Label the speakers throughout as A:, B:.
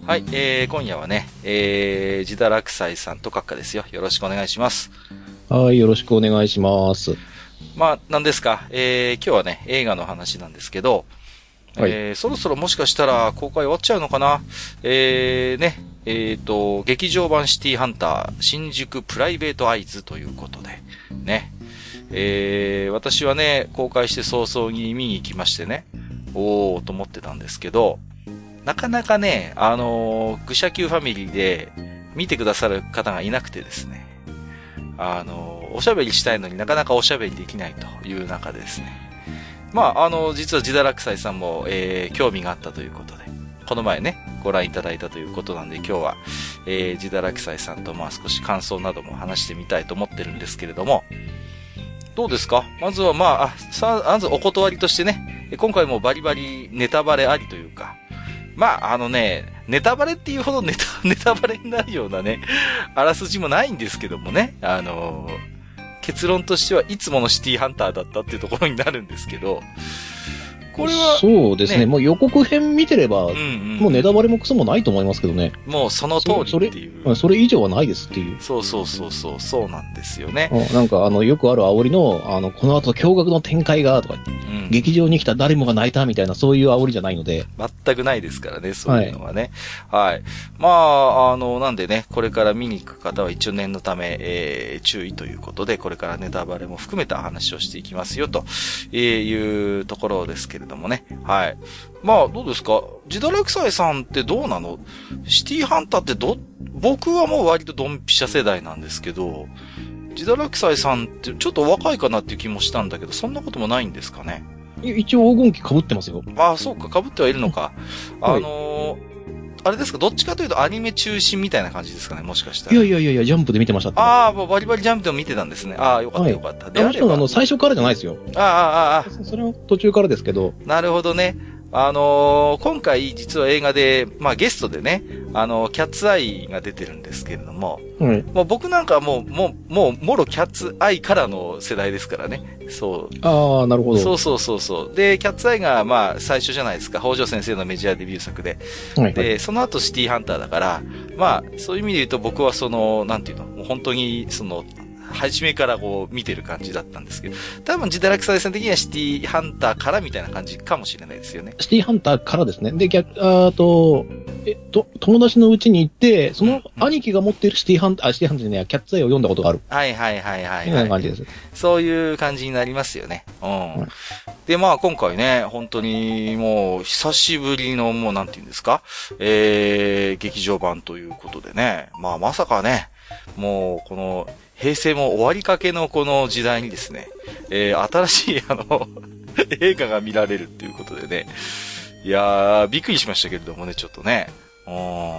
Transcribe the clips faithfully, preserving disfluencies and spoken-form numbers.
A: はい、えー、今夜はね、えー、自堕落斎さんと閣下ですよ。よろしくお願いします。
B: はい、よろしくお願いします。
A: まあ、なんですか、えー、今日はね、映画の話なんですけど、はい、えー、そろそろもしかしたら公開終わっちゃうのかな。えー、ね、えーと、劇場版シティハンター、新宿プライベートアイズということで、ね。えー、私はね、公開して早々に見に行きましてね、おーと思ってたんですけど、なかなかね、あのー、愚者級ファミリーで見てくださる方がいなくてですね、あのー、おしゃべりしたいのになかなかおしゃべりできないという中でですね、まあ、あの、実は自堕落斎さんも、えー、興味があったということで、この前ね、ご覧いただいたということなんで、今日は、えー、自堕落斎さんと、まあ少し感想なども話してみたいと思ってるんですけれども、どうですか？まずは、まあ、あ、さあ、まずお断りとしてね、今回もバリバリネタバレありというか、まあ、あのね、ネタバレっていうほどネタ、ネタバレになるようなね、あらすじもないんですけどもね、あのー、結論としてはいつものシティハンターだったっていうところになるんですけど、これは、
B: ね、そうですね。もう予告編見てれば、うんうん、もうネタバレもクソもないと思いますけどね。
A: もうその通りっていう。
B: それ、それ以上はないですっていう。
A: そうそうそうそう、そうなんですよね。
B: なんかあの、よくある煽りの、あの、この後驚愕の展開が、とか、うん、劇場に来た誰もが泣いたみたいな、そういう煽りじゃないので。
A: 全くないですからね、そういうのはね。はい。はい、まあ、あの、なんでね、これから見に行く方は一応念のため、えー、注意ということで、これからネタバレも含めた話をしていきますよ、というところですけれどもね。はい。はい。まあ、どうですか？自堕落斎さんってどうなの？シティハンターってど、僕はもう割とドンピシャ世代なんですけど、自堕落斎さんってちょっと若いかなっていう気もしたんだけど、そんなこともないんですかね？
B: 一応黄金期被ってますよ。
A: ああ、そうか、被ってはいるのか。あのー、あれですか、どっちかというとアニメ中心みたいな感じですかね、もしかしたら。
B: いやいやいやいや、ジャンプで見てましたって。
A: ああ、もうバリバリジャンプでも見てたんですね。ああ、よかったよかった。はい、
B: で、もちろんあの、最初からじゃないですよ。
A: ああ、ああ、ああ。
B: それは途中からですけど。
A: なるほどね。あのー、今回実は映画で、まあゲストでね、あのー、キャッツアイが出てるんですけれども、うん、もう僕なんかはもう、もう、もう、もろキャッツアイからの世代ですからね。そう。
B: ああ、なるほど。
A: そうそうそうそう。で、キャッツアイが、まあ、最初じゃないですか。北条先生のメジャーデビュー作で。はいはい、で、その後シティハンターだから、まあ、そういう意味で言うと僕はその、なんていうの、もう本当に、その、初めからこう見てる感じだったんですけど、多分自堕落斎さん的にはシティハンターからみたいな感じかもしれないですよね。
B: シティハンターからですね。で、逆、あと、えっと、友達のうちに行って、その兄貴が持っているシティハンター、あ、シティハンターじゃないや、キャッツアイを読んだことがある。
A: はいはいはいはい、はい。
B: みたいな感じです。
A: そういう感じになりますよね。うん。うん、で、まあ今回ね、本当にもう久しぶりのもうなんていうんですか、えー、劇場版ということでね、まあまさかね、もうこの、平成も終わりかけのこの時代にですね、えー、新しいあの、映画が見られるっていうことでね、いやー、びっくりしましたけれどもね、ちょっとね。うん、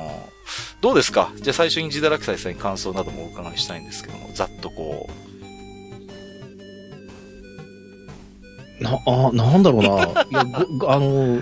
A: どうですか？じゃあ最初に自堕落斎さんに感想などもお伺いしたいんですけども、ざっとこ
B: う。な、あ、なんだろうな。いや、ご、あの、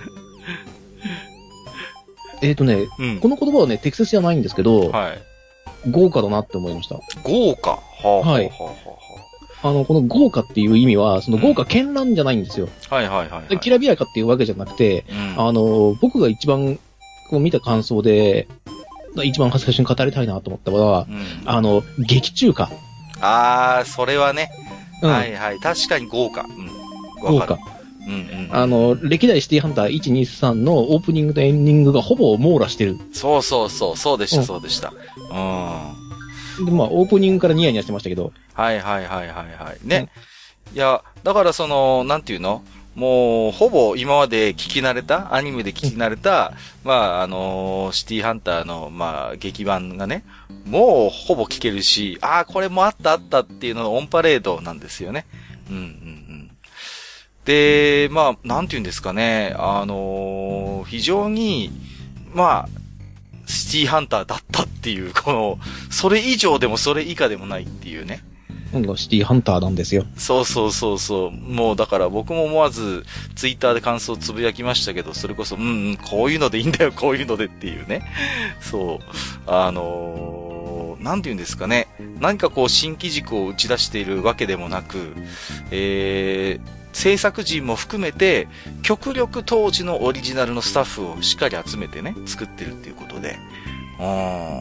B: えっ、ー、とね、うん、この言葉はね、適切じゃないんですけど、はい。豪華だなって思いました。
A: 豪華、はあ、はい。はあは
B: あ、あの、この豪華っていう意味は、その豪華絢爛じゃないんですよ。
A: うん、はいはいはい、はい。
B: きらびやかっていうわけじゃなくて、うん、あの、僕が一番こう見た感想で、一番最初に語りたいなと思ったのは、うん、あの、劇中歌。
A: あー、それはね。うん、はいはい。確かに豪華。うん。
B: 豪華。うんうん、あの、歴代シティハンターいち、に、さんのオープニングとエンディングがほぼ網羅してる。
A: そうそうそう、そうでした、そうでした。
B: うん。で、まあ、オープニングからニヤニヤしてましたけど。
A: はいはいはいはいはい。ね。うん、いや、だからその、なんていうの？もう、ほぼ今まで聞き慣れた、アニメで聞き慣れた、うん、まあ、あのー、シティハンターの、まあ、劇版がね、もう、ほぼ聞けるし、ああ、これもあったあったっていうののオンパレードなんですよね。うんうんうん。で、まあ、なんていうんですかね、あのー、非常に、まあ、シティハンターだったっていう、この、それ以上でもそれ以下でもないっていうね。
B: シティハンターなんですよ。
A: そうそうそうそう。もうだから僕も思わずツイッターで感想をつぶやきましたけど、それこそ、うんうん、こういうのでいいんだよ、こういうのでっていうね。そう。あのー、なんていうんですかね。何かこう新機軸を打ち出しているわけでもなく、えー、 制作陣も含めて、極力当時のオリジナルのスタッフをしっかり集めてね、作ってるっていうことで。うん。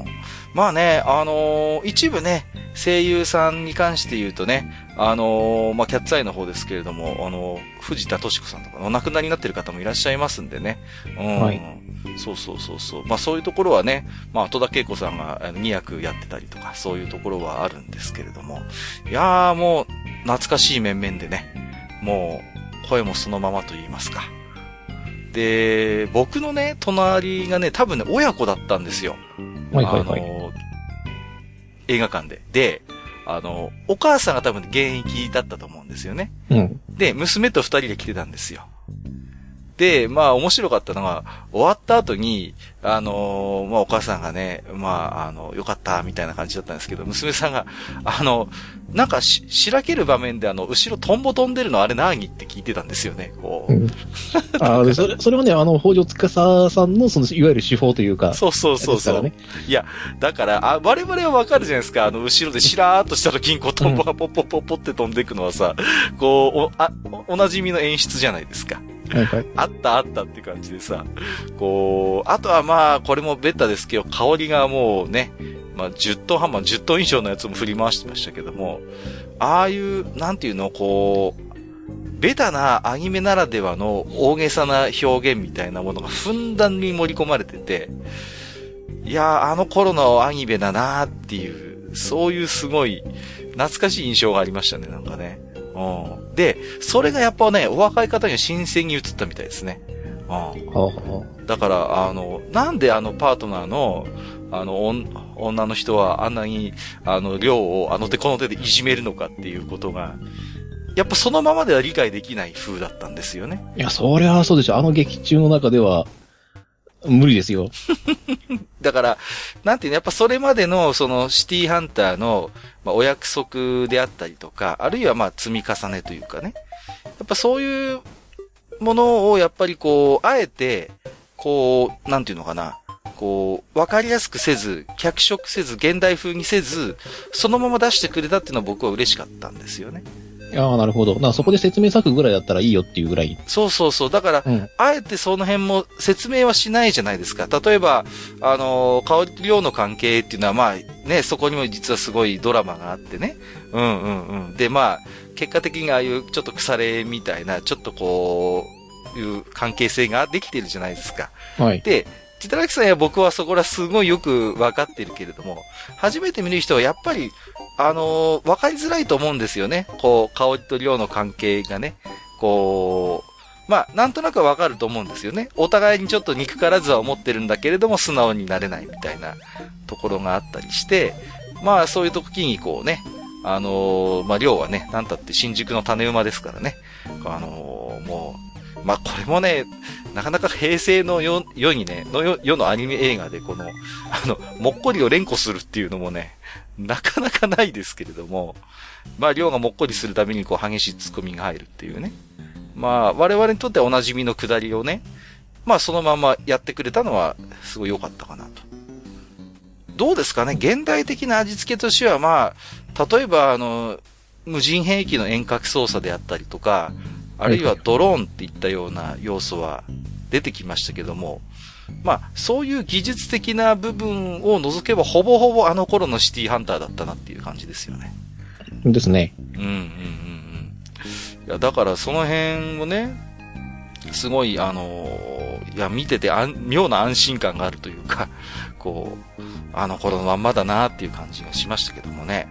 A: まあね、あのー、一部ね、声優さんに関して言うとね、あのー、まあ、キャッツアイの方ですけれども、あのー、藤田敏子さんとかお亡くなりになってる方もいらっしゃいますんでね。うん。はい、そうそうそうそう。まあ、そういうところはね、まあ、戸田恵子さんがに役やってたりとか、そういうところはあるんですけれども。いやー、もう、懐かしい面々でね、もう、声もそのままと言いますか。で、僕のね、隣がね、多分ね、親子だったんですよ。
B: はいはいはい。
A: あの、映画館で。で、あの、お母さんが多分現役だったと思うんですよね。
B: うん。
A: で、娘と二人で来てたんですよ。で、まあ面白かったのが、終わった後に、あのー、まあお母さんがね、まあ、あの、よかった、みたいな感じだったんですけど、娘さんが、あの、なんかし、しらける場面であの、後ろトンボ飛んでるのあれ何って聞いてたんですよね、こう。うん、
B: ああ、それ、それはね、あの、北条司さんの、その、いわゆる手法というか。
A: そうそうそうそう。ね、いや、だから、あ、我々はわかるじゃないですか、あの、後ろでしらーっとした時に、こう、トンボがポッポッポッポって飛んでいくのはさ、うん、こう、お、あ、おなじみの演出じゃないですか。
B: はいはい、
A: あったあったって感じでさ、こう、あとはまあ、これもベタですけど、香りがもうね、まあ、じゅっトンハンマー、じゅっトン以上のやつも振り回してましたけども、ああいう、なんていうの、こう、ベタなアニメならではの大げさな表現みたいなものがふんだんに盛り込まれてて、いやー、あの頃のアニメだなーっていう、そういうすごい、懐かしい印象がありましたね、なんかね。うん、で、それがやっぱね、お若い方には新鮮に映ったみたいですね。うん、だから、あの、なんであのパートナーの、あの、女の人はあんなに、あの、量をあの手この手でいじめるのかっていうことが、やっぱそのままでは理解できない風だったんですよね。
B: いや、そりゃそうでしょ。あの劇中の中では、無理ですよ。
A: だから、なんていうの、やっぱそれまでの、その、シティハンターの、まあ、お約束であったりとか、あるいはまあ、積み重ねというかね。やっぱそういうものを、やっぱりこう、あえて、こう、なんていうのかな。こう、わかりやすくせず、脚色せず、現代風にせず、そのまま出してくれたっていうのは僕は嬉しかったんですよね。
B: ああ、なるほど。なそこで説明作ぐらいだったらいいよっていうぐらい。
A: そうそうそう。だから、うん、あえてその辺も説明はしないじゃないですか。例えば、あのー、香り量の関係っていうのは、まあ、ね、そこにも実はすごいドラマがあってね。うんうんうん。で、まあ、結果的にああいうちょっと腐れみたいな、ちょっとこう、いう関係性ができてるじゃないですか。
B: はい。
A: で、ジタラキさんや僕はそこらすごいよくわかってるけれども、初めて見る人はやっぱり、あのー、わかりづらいと思うんですよね。こう、香りと量の関係がね。こう、まあ、なんとなくわかると思うんですよね。お互いにちょっと憎からずは思ってるんだけれども、素直になれないみたいなところがあったりして、まあ、そういう時にこうね、あのー、まあ、量はね、なんたって新宿の種馬ですからね。あのー、もう、まあ、これもね、なかなか平成の世、世にね、の世、世のアニメ映画でこの、あの、もっこりを連呼するっていうのもね、なかなかないですけれども、まあ、量がもっこりするためにこう、激しいツッコミが入るっていうね。まあ、我々にとってはお馴染みの下りをね、まあ、そのままやってくれたのは、すごい良かったかなと。どうですかね、現代的な味付けとしては、まあ、例えば、あの、無人兵器の遠隔操作であったりとか、あるいはドローンっていったような要素は出てきましたけども、まあ、そういう技術的な部分を除けば、ほぼほぼあの頃のシティハンターだったなっていう感じですよね。
B: ですね。
A: うんうんうんうん。いや、だからその辺もね、すごい、あのー、いや、見ててあん、妙な安心感があるというか、こう、あの頃のまんまだなっていう感じがしましたけどもね。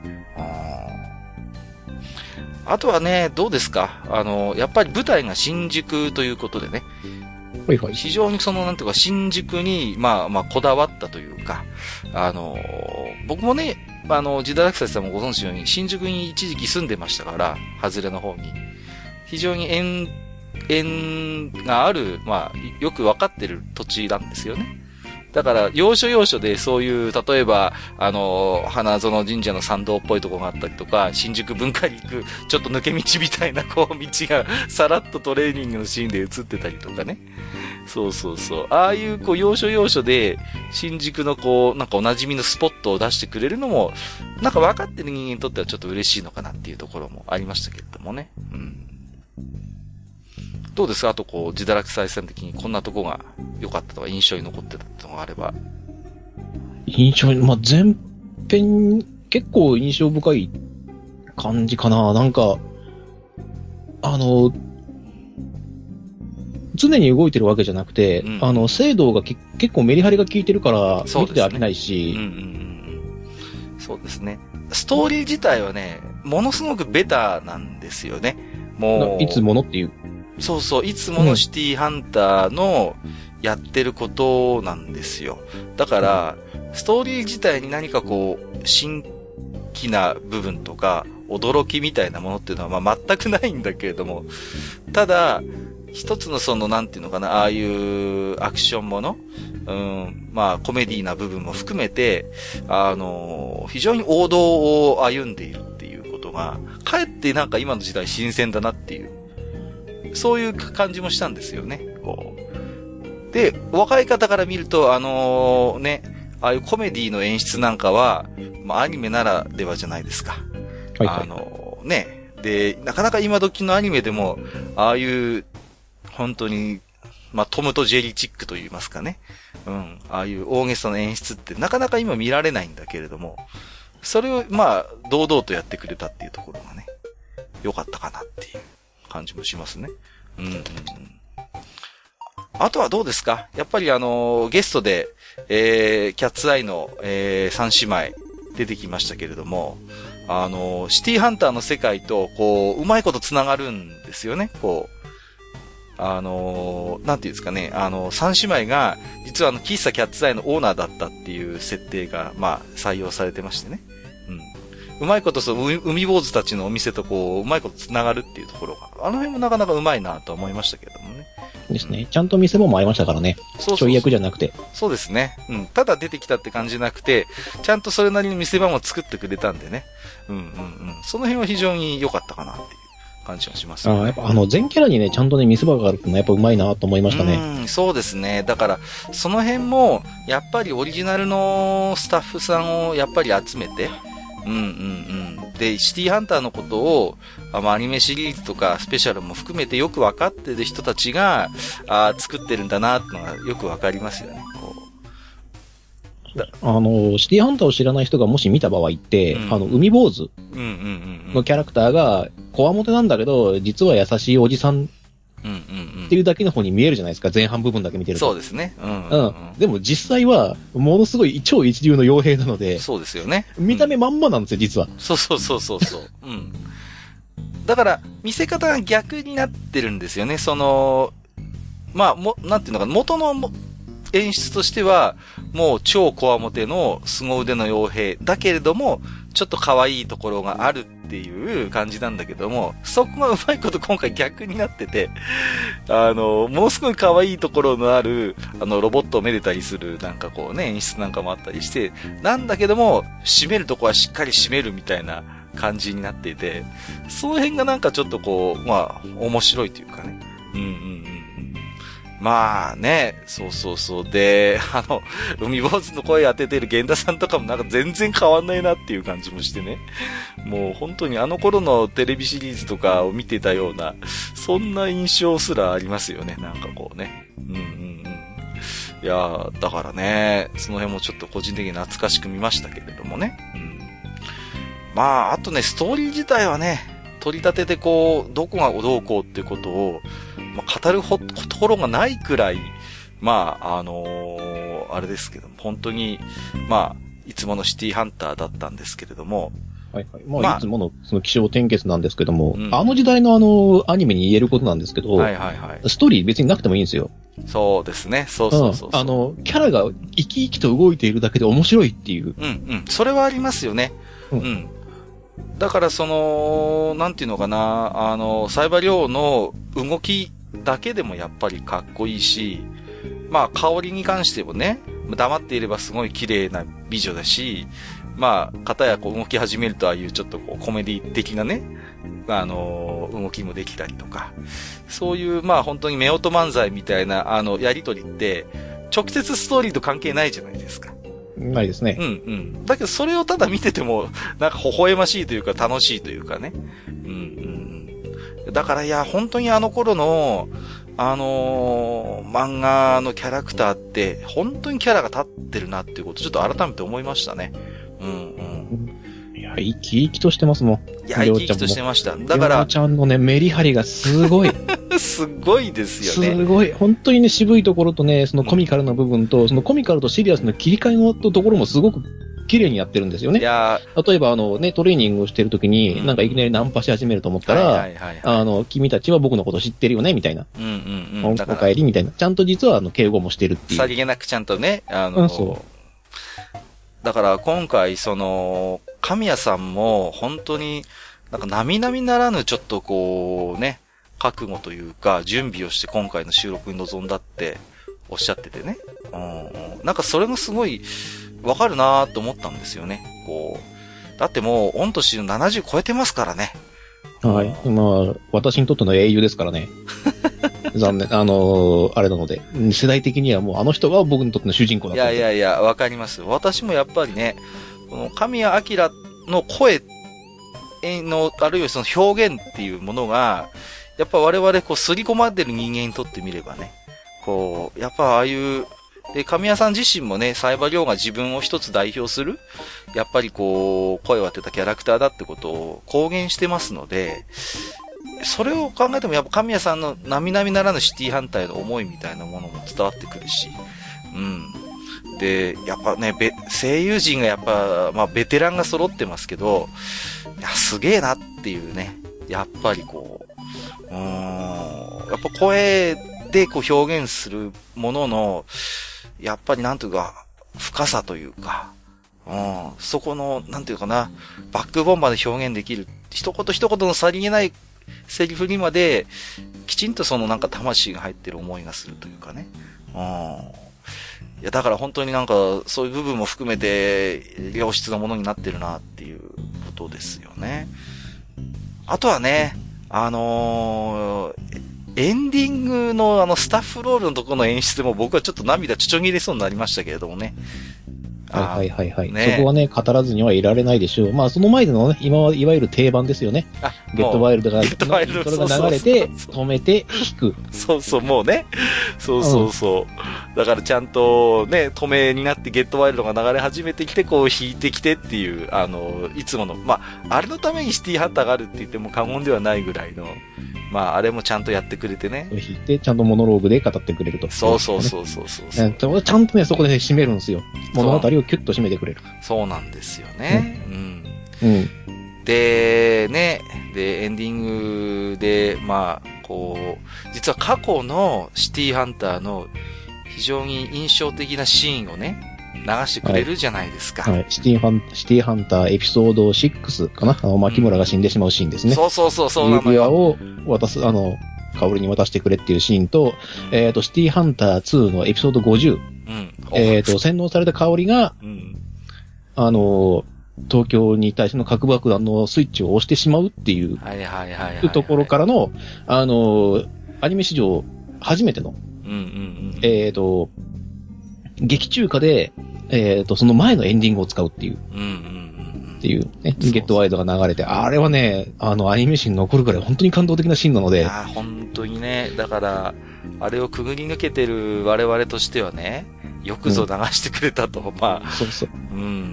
A: あとはね、どうですか？あの、やっぱり舞台が新宿ということでね。
B: はいはい。
A: 非常にその、なんていうか、新宿に、まあ、まあ、こだわったというか、あの、僕もね、あの、ジダラクサさんもご存知のように、新宿に一時期住んでましたから、外れの方に。非常に縁、縁がある、まあ、よくわかってる土地なんですよね。だから、要所要所でそういう、例えば、あの、花園神社の参道っぽいところがあったりとか、新宿文化に行く、ちょっと抜け道みたいな、こう、道が、さらっとトレーニングのシーンで映ってたりとかね。そうそうそう。ああいう、こう、要所要所で、新宿のこう、なんかお馴染みのスポットを出してくれるのも、なんか分かってる人間にとってはちょっと嬉しいのかなっていうところもありましたけれどもね。うん。 どうですか？あとこう、自堕落再生的にこんなとこが良かったとか印象に残ってたってのがあれば。
B: 印象に、まあ、前編、結構印象深い感じかな。なんか、あの、常に動いてるわけじゃなくて、うん、あの、精度が結構メリハリが効いてるから、見てて飽きないし、
A: うんうんうん。そうですね。ストーリー自体はね、ものすごくベタなんですよね。も
B: う。いつものっていう。
A: そうそう、いつものシティハンターのやってることなんですよ。だから、ストーリー自体に何かこう、新規な部分とか、驚きみたいなものっていうのは、まあ、全くないんだけれども、ただ、一つのその、なんていうのかな、ああいうアクションもの、うん、まあ、コメディな部分も含めて、あの、非常に王道を歩んでいるっていうことが、かえってなんか今の時代新鮮だなっていう、そういう感じもしたんですよね。こうで、若い方から見ると、あのね、ああいうコメディの演出なんかは、まあ、アニメならではじゃないですか。はいはい、あのね、で、なかなか今時のアニメでも、ああいう、本当に、まあ、トムとジェリーチックと言いますかね。うん。ああいう大げさな演出ってなかなか今見られないんだけれども、それを、まあ、堂々とやってくれたっていうところがね、良かったかなっていう感じもしますね。うん、うん。あとはどうですか？やっぱりあの、ゲストで、えー、キャッツアイの、えー、三姉妹出てきましたけれども、あの、シティハンターの世界と、こう、うまいこと繋がるんですよね、こう。あのー、なんていうんですかね、あの、三姉妹が、実はあの、喫茶キャッツアイのオーナーだったっていう設定が、まあ、採用されてましてね。うん。うまいこと、そう、海坊主たちのお店とこう、うまいこと繋がるっていうところが、あの辺もなかなかうまいなと思いましたけれどもね。
B: ですね。ちゃんと見せ場もありましたからね。そうそうそう。ちょい役じゃなくて。
A: そうですね。うん。ただ出てきたって感じじゃなくて、ちゃんとそれなりに見せ場も作ってくれたんでね。うんうんうん。その辺は非常に良かったかなっていう感じがしますね。
B: ああ、やっぱあの、全キャラにね、ちゃんとね、見せ場があるってのはやっぱうまいなと思いましたね。
A: うん、そうですね。だから、その辺も、やっぱりオリジナルのスタッフさんをやっぱり集めて、うんうんうん。で、シティハンターのことを、あアニメシリーズとかスペシャルも含めてよく分かってる人たちが、あ作ってるんだなってのがよく分かりますよね。こ
B: うあの、シティハンターを知らない人がもし見た場合って、うん、あの、海坊主のキャラクターが、こわもてなんだけど、実は優しいおじさんっていうだけの方に見えるじゃないですか、前半部分だけ見てると。
A: そうですね。うん、
B: うんうん。でも実際は、ものすごい超一流の傭兵なので。
A: そうですよね。
B: 見た目まんまなんですよ、実は。
A: そうそうそうそうそう。うん。だから、見せ方が逆になってるんですよね。その、まあ、も、なんていうのかな、元の演出としては、もう超コアモテの凄腕の傭兵だけれども、ちょっと可愛いところがあるっていう感じなんだけども、そこがうまいこと今回逆になってて、あの、ものすごい可愛いところのある、あの、ロボットをめでたりする、なんかこうね、演出なんかもあったりして、なんだけども、締めるとこはしっかり締めるみたいな感じになっていて、その辺がなんかちょっとこう、まあ、面白いというかね。うんうんうん。まあね、そうそうそう。で、あの、海坊主の声当ててる源田さんとかもなんか全然変わんないなっていう感じもしてね。もう本当にあの頃のテレビシリーズとかを見てたような、そんな印象すらありますよね。なんかこうね。うんうんうん。いやー、だからね、その辺もちょっと個人的に懐かしく見ましたけれどもね。うん。まあ、あとね、ストーリー自体はね、取り立ててこう、どこがどうこうっていうことを、まあ、語るほところがないくらい、まあ、あのー、あれですけども、本当に、まあ、いつものシティハンターだったんですけれども、
B: はいはい。まあ、まあ、いつもの、その気象転結なんですけども、うん、あの時代のあの、アニメに言えることなんですけど、
A: はいはいはい。
B: ストーリー別になくてもいいんですよ。
A: そうですね。そうそうそうそう、
B: うん。あの、キャラが生き生きと動いているだけで面白いっていう。
A: うんうん。それはありますよね。うん。うんだからその、なんていうのかな、あの、サイバリョウの動きだけでもやっぱりかっこいいし、まあ香りに関してもね、黙っていればすごい綺麗な美女だし、まあ、片やこう動き始めるとああいうちょっとこうコメディ的なね、あの、動きもできたりとか、そういうまあ本当に夫婦漫才みたいなあのやりとりって、直接ストーリーと関係ないじゃないですか。
B: ないですね。
A: うんうん。だけどそれをただ見てても、なんか微笑ましいというか楽しいというかね。うんうん。 だからいや、本当にあの頃の、あのー、漫画のキャラクターって、本当にキャラが立ってるなっていうこと、ちょっと改めて思いましたね。うんうん。
B: いや、生き生きとしてますもん。
A: いや、生き生きとしてました。だから。
B: りょうちゃんのね、メリハリがすごい。
A: すごいですよね。
B: すごい。本当にね、渋いところとね、そのコミカルな部分と、うん、そのコミカルとシリアスの切り替えのところもすごく綺麗にやってるんですよね。いや例えば、あのね、トレーニングをしてるときに、うん、なんかいきなりナンパし始めると思ったら、はいはいはいはい、あの、君たちは僕のこと知ってるよね、みたいな。うんうんうん。お帰りみたいな。ちゃんと実は、あの、敬語もしてるっていう。
A: さりげなくちゃんとね、あの、うん、そう。だから今回、その、神谷さんも本当になんか並々ならぬちょっとこうね、覚悟というか準備をして今回の収録に臨んだっておっしゃっててね。うん、なんかそれがすごいわかるなーと思ったんですよね。こう。だってもう御年のななじゅう超えてますからね。
B: はい。まあ、私にとっての英雄ですからね。残念。あのー、あれなので、世代的にはもうあの人が僕にとっての主人公だった。
A: いやいやいや、わかります。私もやっぱりね、この神谷明の声の、あるいはその表現っていうものが、やっぱ我々こう刷り込まれてる人間にとってみればね、こう、やっぱああいう、で、神谷さん自身もね、冴羽リョウが自分を一つ代表する、やっぱりこう、声を当てたキャラクターだってことを公言してますので、それを考えてもやっぱ神谷さんの並々ならぬシティハンターへの思いみたいなものも伝わってくるし、うん。で、やっぱね、声優陣がやっぱ、まあベテランが揃ってますけど、いや、すげえなっていうね、やっぱりこう、うーん、やっぱ声でこう表現するものの、やっぱりなんというか、深さというか、うん、そこの、なんていうかな、バックボーンまで表現できる、一言一言のさりげないセリフにまで、きちんとそのなんか魂が入ってる思いがするというかね。うん。いや、だから本当になんか、そういう部分も含めて、良質なものになってるなっていうことですよね。あとはね、あのー、エンディングのあのスタッフロールのところの演出も僕はちょっと涙ちょちょぎれそうになりましたけれどもね。
B: はいはいはいはい、ね。そこはね、語らずにはいられないでしょう。まあその前でのね、今はいわゆる定番ですよね。あ、ゲットワイルドが、ゲットワイルドそれが流れて、止めて、弾く。
A: そうそう、もうね。そうそうそう。うん、だからちゃんとね、止めになってゲットワイルドが流れ始めてきて、こう弾いてきてっていう、あの、いつもの、まあ、あれのためにシティハンターがあるって言っても過言ではないぐらいの、まあ、あれもちゃんとやってくれてね。
B: 弾いて、ちゃんとモノローグで語ってくれると。
A: そうそうそうそうそうそう、
B: ね。ちゃんとね、そこでね、締めるんですよ。物語をキュッと締めてくれる。
A: そうなんですよね。うん。
B: うん。
A: で、ね、で、エンディングで、まあ、こう、実は過去のシティハンターの非常に印象的なシーンをね、流してくれるじゃないですか。
B: はい。はい、シティハン、シティハンターエピソードろくかな、あの、牧村が死んでしまうシーンですね。
A: うん、そうそうそうそうなのよ。
B: 指輪を渡す、あの、カオルに渡してくれっていうシーンと、うん、えっ、ー、と、シティハンターツーのエピソードごじゅう。うん、えっ、ー、と、洗脳されたカオリが、うん、あの、東京に対しての核爆弾のスイッチを押してしまうっていう、
A: はいはいはいはい。
B: ところからの、あの、アニメ史上初めての、
A: うんうんうん、
B: えっ、ー、と、劇中歌で、えっ、ー、と、その前のエンディングを使うっていう。
A: うんうんうん、
B: っていうね、ゲットワイドが流れて、あれはね、あの、アニメ史に残るくらい本当に感動的なシーンなので。
A: ああ、本当にね、だから、あれをくぐり抜けてる我々としてはね、よくぞ流してくれたと、うん、まあ。
B: そうそう。
A: うん。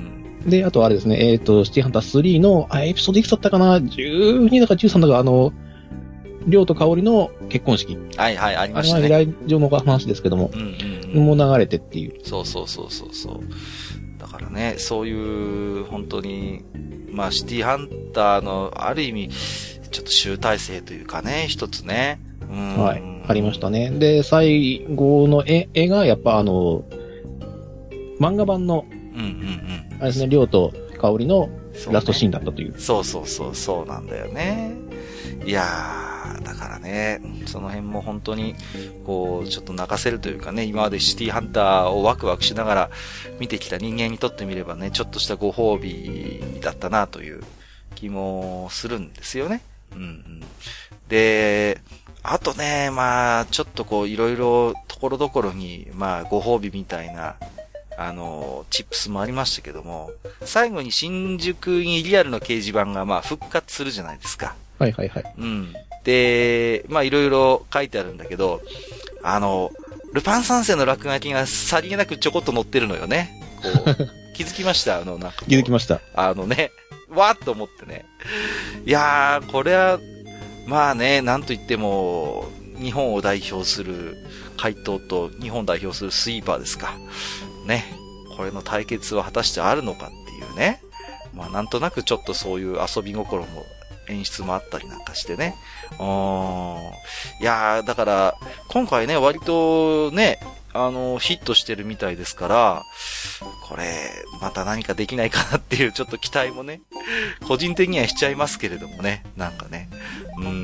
B: で、あとあれですね、えっ、ー、と、シティハンタースリーの、あ、エピソードいくつだったかな ?じゅうに だかじゅうさんだか、あの、りょうとかおりの結婚式。
A: はいはい、ありましたね。
B: あれは未来上の話ですけども、
A: うんうんうん、
B: もう流れてっていう。
A: そうそうそうそうそう。だからね、そういう、本当に、まあ、シティハンターの、ある意味、ちょっと集大成というかね、一つね。うん、
B: はい。ありましたね。で、最後の絵、絵が、やっぱあの、漫画版の、
A: うんうんうん。
B: あれですね、りょうとかおりのラストシーンだったという。
A: そうそうそう、そうなんだよね。いやー、だからね、その辺も本当に、こう、ちょっと泣かせるというかね、今までシティハンターをワクワクしながら見てきた人間にとってみればね、ちょっとしたご褒美だったなという気もするんですよね。うんうん。で、あとね、まあ、ちょっとこう、いろいろ、ところどころに、まあ、ご褒美みたいな、あの、チップスもありましたけども、最後に新宿にリアルの掲示板がまあ復活するじゃないですか。
B: はいはいはい。
A: うん。 で、まあいろいろ書いてあるんだけど、あの、ルパン三世の落書きがさりげなくちょこっと載ってるのよね。こう気づきましたあの、なんか。
B: 気づきました。
A: あのね、わーっと思ってね。いやー、これは、まあね、なんと言っても、日本を代表する怪盗と日本を代表するスイーパーですか。ね。これの対決は果たしてあるのかっていうね。まあなんとなくちょっとそういう遊び心も演出もあったりなんかしてね。うーん。いやー、だから、今回ね、割とね、あの、ヒットしてるみたいですから、これ、また何かできないかなっていうちょっと期待もね、個人的にはしちゃいますけれどもね、なんかね。うん、うん、うん。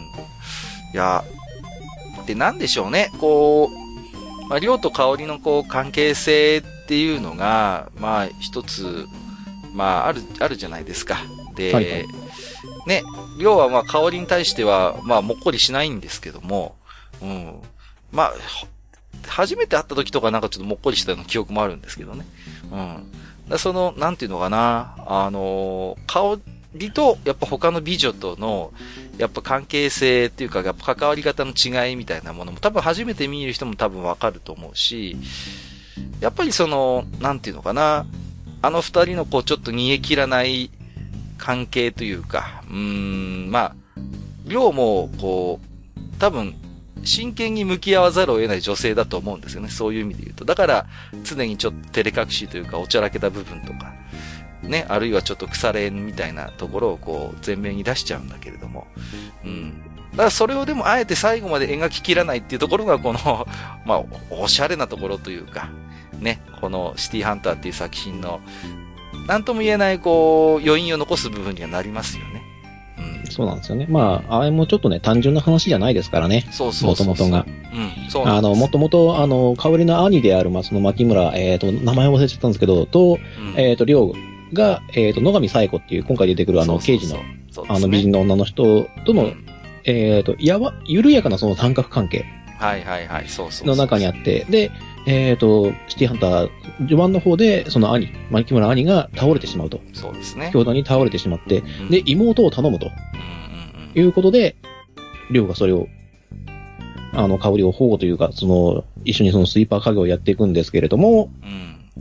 A: いや、で、なんでしょうね、こう、まあ、りょうと香りのこう、関係性っていうのが、まあ、一つ、まあ、ある、あるじゃないですか。で、はいはい、ね、りょうはまあ、香りに対しては、まあ、もっこりしないんですけども、うん。まあ、初めて会った時とかなんかちょっともっこりしたような記憶もあるんですけどね。うん。だその、なんていうのかな、あの、香りと、やっぱ他の美女との、やっぱ関係性っていうか、やっぱ関わり方の違いみたいなものも多分初めて見る人も多分わかると思うし、やっぱりその、なんていうのかな、あの二人のこうちょっと煮え切らない関係というか、うーん、まあ、量もこう、多分、真剣に向き合わざるを得ない女性だと思うんですよね。そういう意味で言うと。だから、常にちょっと照れ隠しというか、おちゃらけた部分とか、ね、あるいはちょっと腐れみたいなところをこう、前面に出しちゃうんだけれども。うん。だからそれをでも、あえて最後まで描ききらないっていうところが、この、まあ、おしゃれなところというか、ね、このシティハンターっていう作品の、なんとも言えない、こう、余韻を残す部分にはなりますよね。
B: そうなんですよね。まあ、あれもちょっとね、単純な話じゃないですからね。
A: そうそうそう。
B: もともとが。
A: うん、そうなんです。
B: あの、もともと、あの、香りの兄である、まあ、その牧村、えっ、ー、と、名前忘れちゃったんですけど、と、うん、えっ、ー、と、亮が、えっ、ー、と、野上冴子っていう、今回出てくるあの、刑事の、そうそうそう、あの、美人の女の人との、うん、えっ、と、やわ、緩やかなその三角関係。
A: はいはいはい、そうそう。
B: の中にあって、で、えっ、と、シティハンター、序盤の方で、その兄、牧村兄が倒れてしまうと。
A: そうですね。
B: 兄弟に倒れてしまって、うん、で、妹を頼むと。うんいうことで、りょうがそれを、あの、香りを保護というか、その、一緒にそのスイーパー家業をやっていくんですけれども、うん、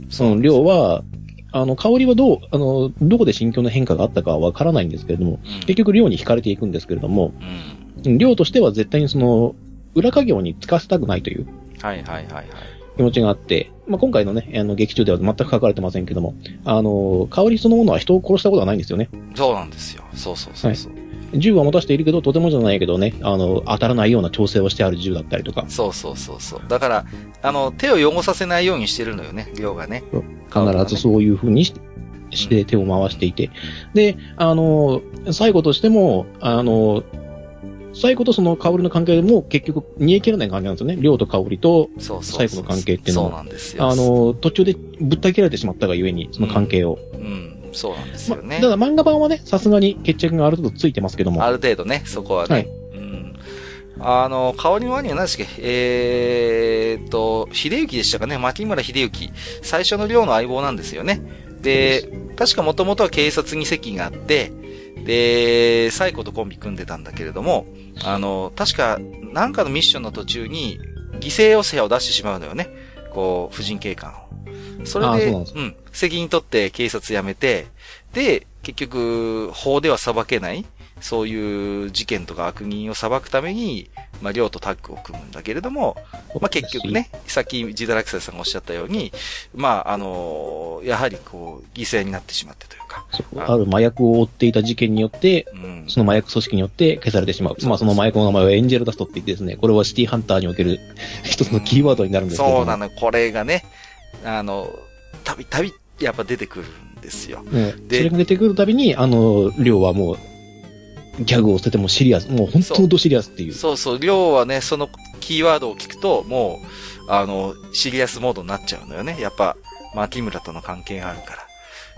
B: そのりょうは、あの、香りはどう、あの、どこで心境の変化があったかはわからないんですけれども、うん、結局りょうに惹かれていくんですけれども、りょうとしては絶対にその、裏家業に使わせたくないという、
A: はいはいはいはい。
B: 気持ちがあって、まあ、今回のね、あの、劇中では全く書かれてませんけども、あの、香りそのものは人を殺したことはないんですよね。
A: そうなんですよ。そうそうそうそう。はい
B: 銃は持たせているけど、とてもじゃないけどね、あの、当たらないような調整をしてある銃だったりとか。
A: そうそうそうそう。だから、あの、手を汚させないようにしてるのよね、量がね。
B: 必ずそういう風にして、して手を回していて。うん、で、あの、最後としても、あの、最後とその香りの関係も結局煮え切らない関係なんですよね。量と香りと最後の関係っていうのは。
A: そうなんですよ。
B: あの、途中でぶった切られてしまったがゆえに、その関係を。
A: うん、うんそうなんですよね。
B: ま、ただ漫画版はね、さすがに決着がある程度ついてますけども。
A: ある程度ね、そこはね。はい、うん。あの、香りの兄は何ですかえーっと、秀幸でしたかね牧村秀幸。最初の寮の相棒なんですよね。で、確かもともとは警察に席があって、で、サイコとコンビ組んでたんだけれども、あの、確か、なんかのミッションの途中に、犠牲要請を出してしまうのよね。こう、婦人警官を。それで、ううん、責任取って警察辞めて、で、結局、法では裁けない、そういう事件とか悪人を裁くために、まあ、寮とタッグを組むんだけれども、まあ、結局ね、さっきジダラクサさんがおっしゃったように、まあ、あの、やはりこう、犠牲になってしまってというか。
B: ある麻薬を追っていた事件によって、うん、その麻薬組織によって消されてしまう。まあ、その麻薬の名前はエンジェルダストって言ってですね、これはシティハンターにおける一つのキーワードになるんですけど、
A: うん、そうなの、これがね、あの、たびたび、やっぱ出てくるんですよ。
B: ね、で、それが出てくるたびに、あの、量はもう、ギャグを捨ててもシリアス、もう本当のドシリアスっていう。
A: そうそう、量はね、そのキーワードを聞くと、もう、あの、シリアスモードになっちゃうのよね。やっぱ、牧村との関係があるから。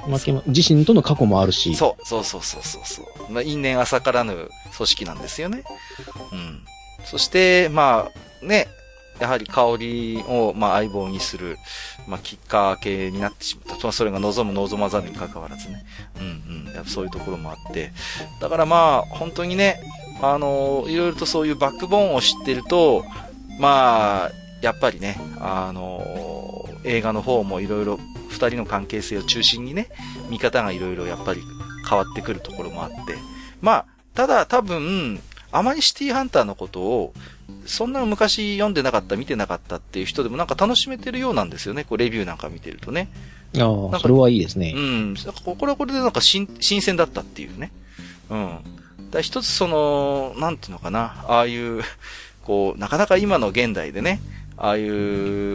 B: 牧村、自身との過去もあるし。
A: そう、そうそうそうそうそう。まあ、因縁浅からぬ組織なんですよね。うん。そして、まあ、ね、やはり香りを、まあ、相棒にする、まあ、きっかけになってしまった。それが望む望まざるに関わらずね。うんうん。やっぱそういうところもあって。だからまあ、本当にね、 あの、いろいろとそういうバックボーンを知ってると、まあ、やっぱりね、あの、映画の方もいろいろ二人の関係性を中心にね、見方がいろいろやっぱり変わってくるところもあって、まあ、ただ多分、あまりシティハンターのことを、そんな昔読んでなかった、見てなかったっていう人でもなんか楽しめてるようなんですよね。こうレビューなんか見てるとね。
B: ああ、それはいいですね。
A: うん。これはこれでなんか新、新鮮だったっていうね。うん。だ一つその、なんていうのかな。ああいう、こう、なかなか今の現代でね、ああいう、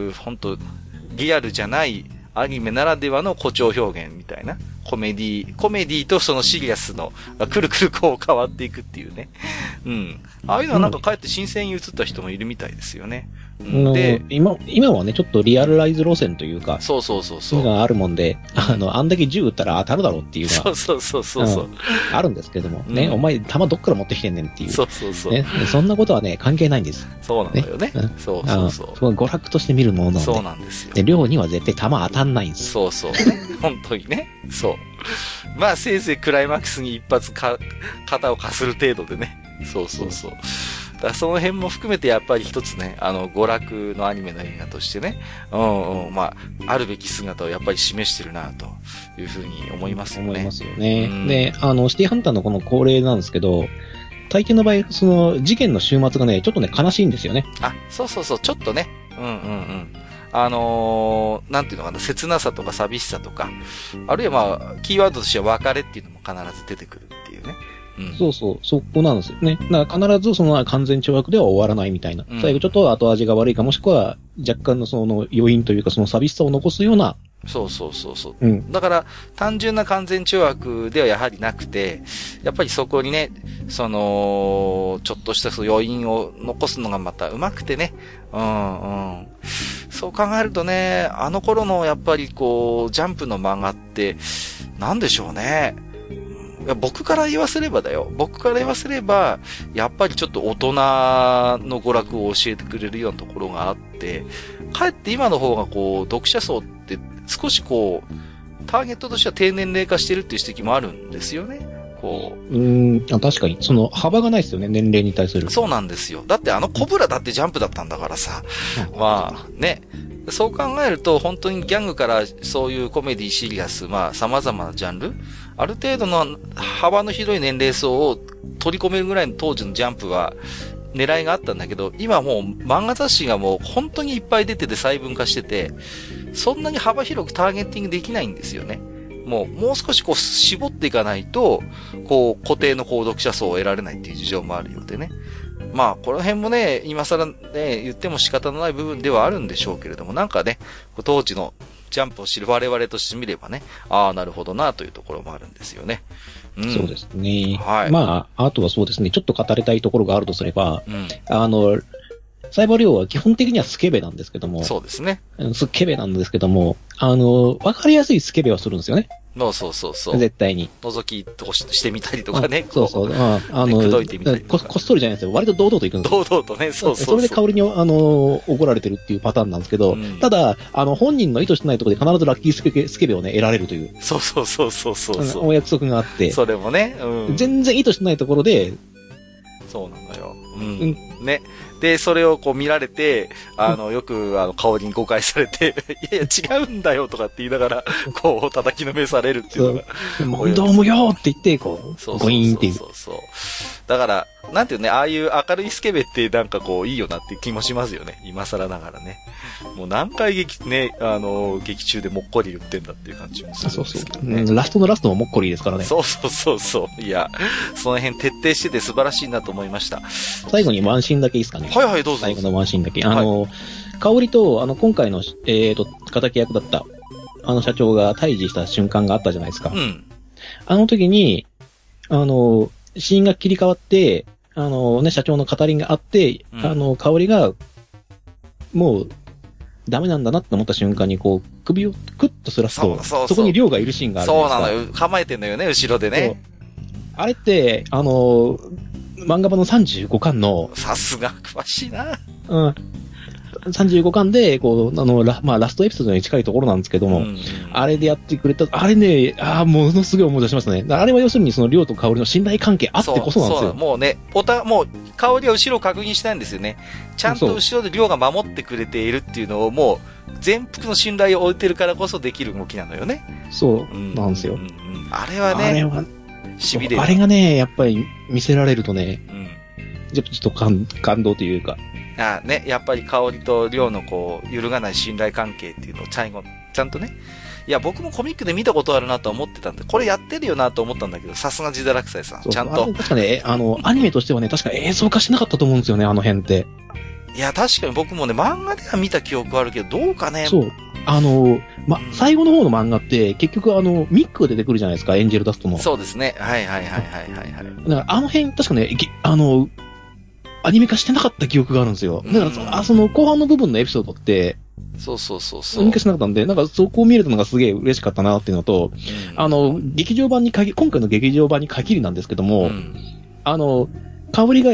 A: 本当リアルじゃないアニメならではの誇張表現みたいな。コメディ、コメディとそのシリアスの、くるくるこう変わっていくっていうね。うん。ああいうのはなんかかえって新鮮に映った人もいるみたいですよね。
B: うん、で、今、今はね、ちょっとリアルライズ路線というか、
A: そうそうそうそう。
B: があるもんで、あの、あんだけ銃撃ったら当たるだろうっていうのは、
A: そうそうそうそう、うん。
B: あるんですけども、ね、うん、お前弾どっから持ってきてんねんっていう。
A: そうそうそう。
B: ね、そんなことはね、関係ないんです。
A: そうなんだよね。ね、うん、そうそうそう。
B: そ娯楽として見るものなんで。
A: そうなんですよ。
B: で、量には絶対弾当たんないんです。
A: そうそうね。本当にね。そう。まあ、せいぜいクライマックスに一発か、肩をかする程度でね。そうそうそう。だからその辺も含めてやっぱり一つね、あの、娯楽のアニメの映画としてね、うんうん、まあ、あるべき姿をやっぱり示してるなというふうに思いますよね。
B: 思いますよね。うん、で、あの、シティハンターのこの恒例なんですけど、大抵の場合、その、事件の終末がね、ちょっとね、悲しいんですよね。
A: あ、そうそうそう、ちょっとね、うんうんうん。あのー、なんていうのかな、切なさとか寂しさとか、あるいはまあ、キーワードとしては別れっていうのも必ず出てくるっていうね。
B: うん、そうそう、そこなんですよね。だから必ずその完全懲悪では終わらないみたいな。うん、最後ちょっと後味が悪いかもしくは若干のその余韻というかその寂しさを残すような。
A: そうそうそうそう。うん、だから単純な完全懲悪ではやはりなくて、やっぱりそこにね、その、ちょっとしたその余韻を残すのがまた上手くてね。うんうん。そう考えるとね、あの頃のやっぱりこう、ジャンプの漫画って、なんでしょうね。いや僕から言わせればだよ。僕から言わせれば、やっぱりちょっと大人の娯楽を教えてくれるようなところがあって、かえって今の方がこう、読者層って少しこう、ターゲットとしては低年齢化してるっていう指摘もあるんですよね。こ
B: う。うーん、確かに。その幅がないですよね、年齢に対する。
A: そうなんですよ。だってあのコブラだってジャンプだったんだからさ。うん、まあ、ね。そう考えると、本当にギャングからそういうコメディ、シリアス、まあ様々なジャンル、ある程度の幅の広い年齢層を取り込めるぐらいの当時のジャンプは狙いがあったんだけど、今もう漫画雑誌がもう本当にいっぱい出てて細分化してて、そんなに幅広くターゲッティングできないんですよね。もう、もう少しこう絞っていかないと、こう固定の購読者層を得られないっていう事情もあるようでね。まあ、この辺もね、今更ね、言っても仕方のない部分ではあるんでしょうけれども、なんかね、当時のジャンプを知る我々としてみればね、ああ、なるほどな、というところもあるんですよね。
B: うん、そうですね。
A: はい。
B: まあ、あとはそうですね、ちょっと語りたいところがあるとすれば、
A: うん、
B: あの、サイバーリョウは基本的にはスケベなんですけども。
A: そうですね。
B: スケベなんですけども、あの、わかりやすいスケベをするんですよね。
A: そうそうそうそう。
B: 絶対に。
A: 覗きとしてみたりとかね。
B: そうそう。ああの、
A: 口説いてみたりとか。
B: こ、こっそりじゃないですよ。割と堂々と行くんですよ。
A: 堂々とね、そうそうそう。
B: それで香りに、あの、怒られてるっていうパターンなんですけど、うん、ただ、あの、本人の意図してないところで必ずラッキースケスケベをね、得られるという。
A: そうそうそうそうそうそう。
B: お約束があって。
A: それもね、うん。
B: 全然意図してないところで、
A: そうなんだよ。うん。うん、ね。で、それをこう見られて、あの、よく、あの、香りに誤解されて、いやいや、違うんだよとかって言いながら、こう、叩きのめされるっていうのが。
B: 問答無用って言って、こう、
A: そう
B: ゴイーンっていう。
A: そうそうそう。だから、なんていうね、ああいう明るいスケベってなんかこう、いいよなって気もしますよね。今更ながらね。もう何回劇ね、あの、劇中でもっこり言ってんだっていう感じもするんですけどね。
B: そうそう。ラストのラストももっこりですからね。
A: そうそうそうそう。いや、その辺徹底してて素晴らしいなと思いました。
B: 最後にワンシーンだけいいですかね。
A: はいはい、どうぞ。
B: 最後のワンシーンだけ。あの、はい、香りと、あの、今回の、えっと、敵役だった、あの社長が対峙した瞬間があったじゃないですか。
A: うん。
B: あの時に、あの、シーンが切り替わって、あのね、社長の語りがあって、うん、あの、香りが、もう、ダメなんだなって思った瞬間に、こう、首をクッとすらすと、そうそうそう、そこに亮がいるシーンがあるんですか。
A: そうなのよ。構えてんのよね、後ろでね。
B: あれって、あの、漫画版のさんじゅうごかんの、
A: さすが詳しいな。
B: うん。 さんじゅうごかんで、こう、あの、ラまあ、ラストエピソードに近いところなんですけども、うん、あれでやってくれた、あれね、ああ、ものすごい思い出しましたね。あれは要するに、その、りょうと香りの信頼関係あってこそなんですよ。
A: そう、そうもうね、おた、もう、香りは後ろを確認したいんですよね。ちゃんと後ろでりょうが守ってくれているっていうのを、もう、全幅の信頼を置いてるからこそできる動きなのよね。
B: そう、なんですよ。うんうんうん、
A: あれはね、あれは、しびれる。
B: あれがね、やっぱり見せられるとね、うん、ちょっと感、感動というか。
A: ああね、やっぱり香りとりょうのこう、揺るがない信頼関係っていうのを最後、ちゃんとね。いや、僕もコミックで見たことあるなと思ってたんで、これやってるよなと思ったんだけど、さすがジダラクサイさん。ちゃんと。
B: 確かね、あの、アニメとしてはね、確か映像化してなかったと思うんですよね、あの辺って。
A: いや、確かに僕もね、漫画では見た記憶あるけど、どうかね。
B: そう。あの、ま、最後の方の漫画って、結局あの、ミックが出てくるじゃないですか、エンジェルダストの。
A: そうですね。はいはいはいはいはい、はい。
B: だからあの辺、確かね、あの、アニメ化してなかった記憶があるんですよ。だから、あその後半の部分のエピソードって、
A: そうそうそうそう。
B: アニメ化しなかったんで、なんかそこを見れたのがすげえ嬉しかったなっていうのと、うん、あの、劇場版に限り、今回の劇場版に限りなんですけども、うん、あの、香りが、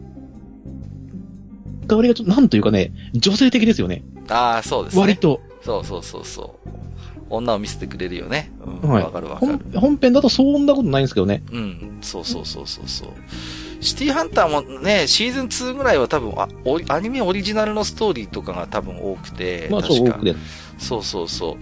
B: 香りがちょっと、なんというかね、女性的ですよね。
A: ああ、そうですね。
B: 割と。
A: そうそうそうそう。女を見せてくれるよね。うん。わ、はい、かるわかる。
B: 本編だとそんなことないんですけどね。
A: うん。そうそうそうそうそう。シティハンターもね、シーズンツーぐらいは多分、あ、アニメオリジナルのストーリーとかが多分多くて。
B: まあそう、多くて。
A: そうそうそう。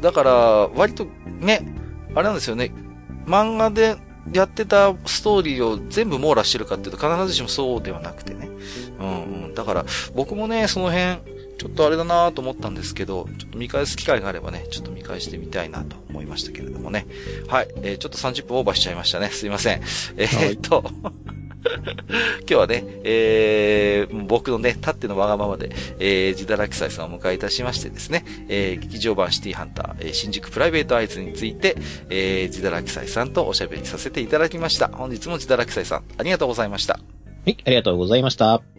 A: だから、割とね、あれなんですよね。漫画でやってたストーリーを全部網羅してるかっていうと必ずしもそうではなくてね。うんうん。だから、僕もね、その辺、ちょっとあれだなと思ったんですけど、ちょっと見返す機会があればね、ちょっと見返してみたいなと思いましたけれどもね。はい。えー、ちょっとさんじゅっぷんオーバーしちゃいましたね。すいません。えー、っと、今日はね、えー、僕のね、たってのわがままで、えー、ジダラキサイさんをお迎えいたしましてですね、えー、劇場版シティハンター、えー、新宿プライベートアイズについて、えー、ジダラキサイさんとおしゃべりさせていただきました。本日もジダラキサイさん、ありがとうございました。は
B: い、ありがとうございました。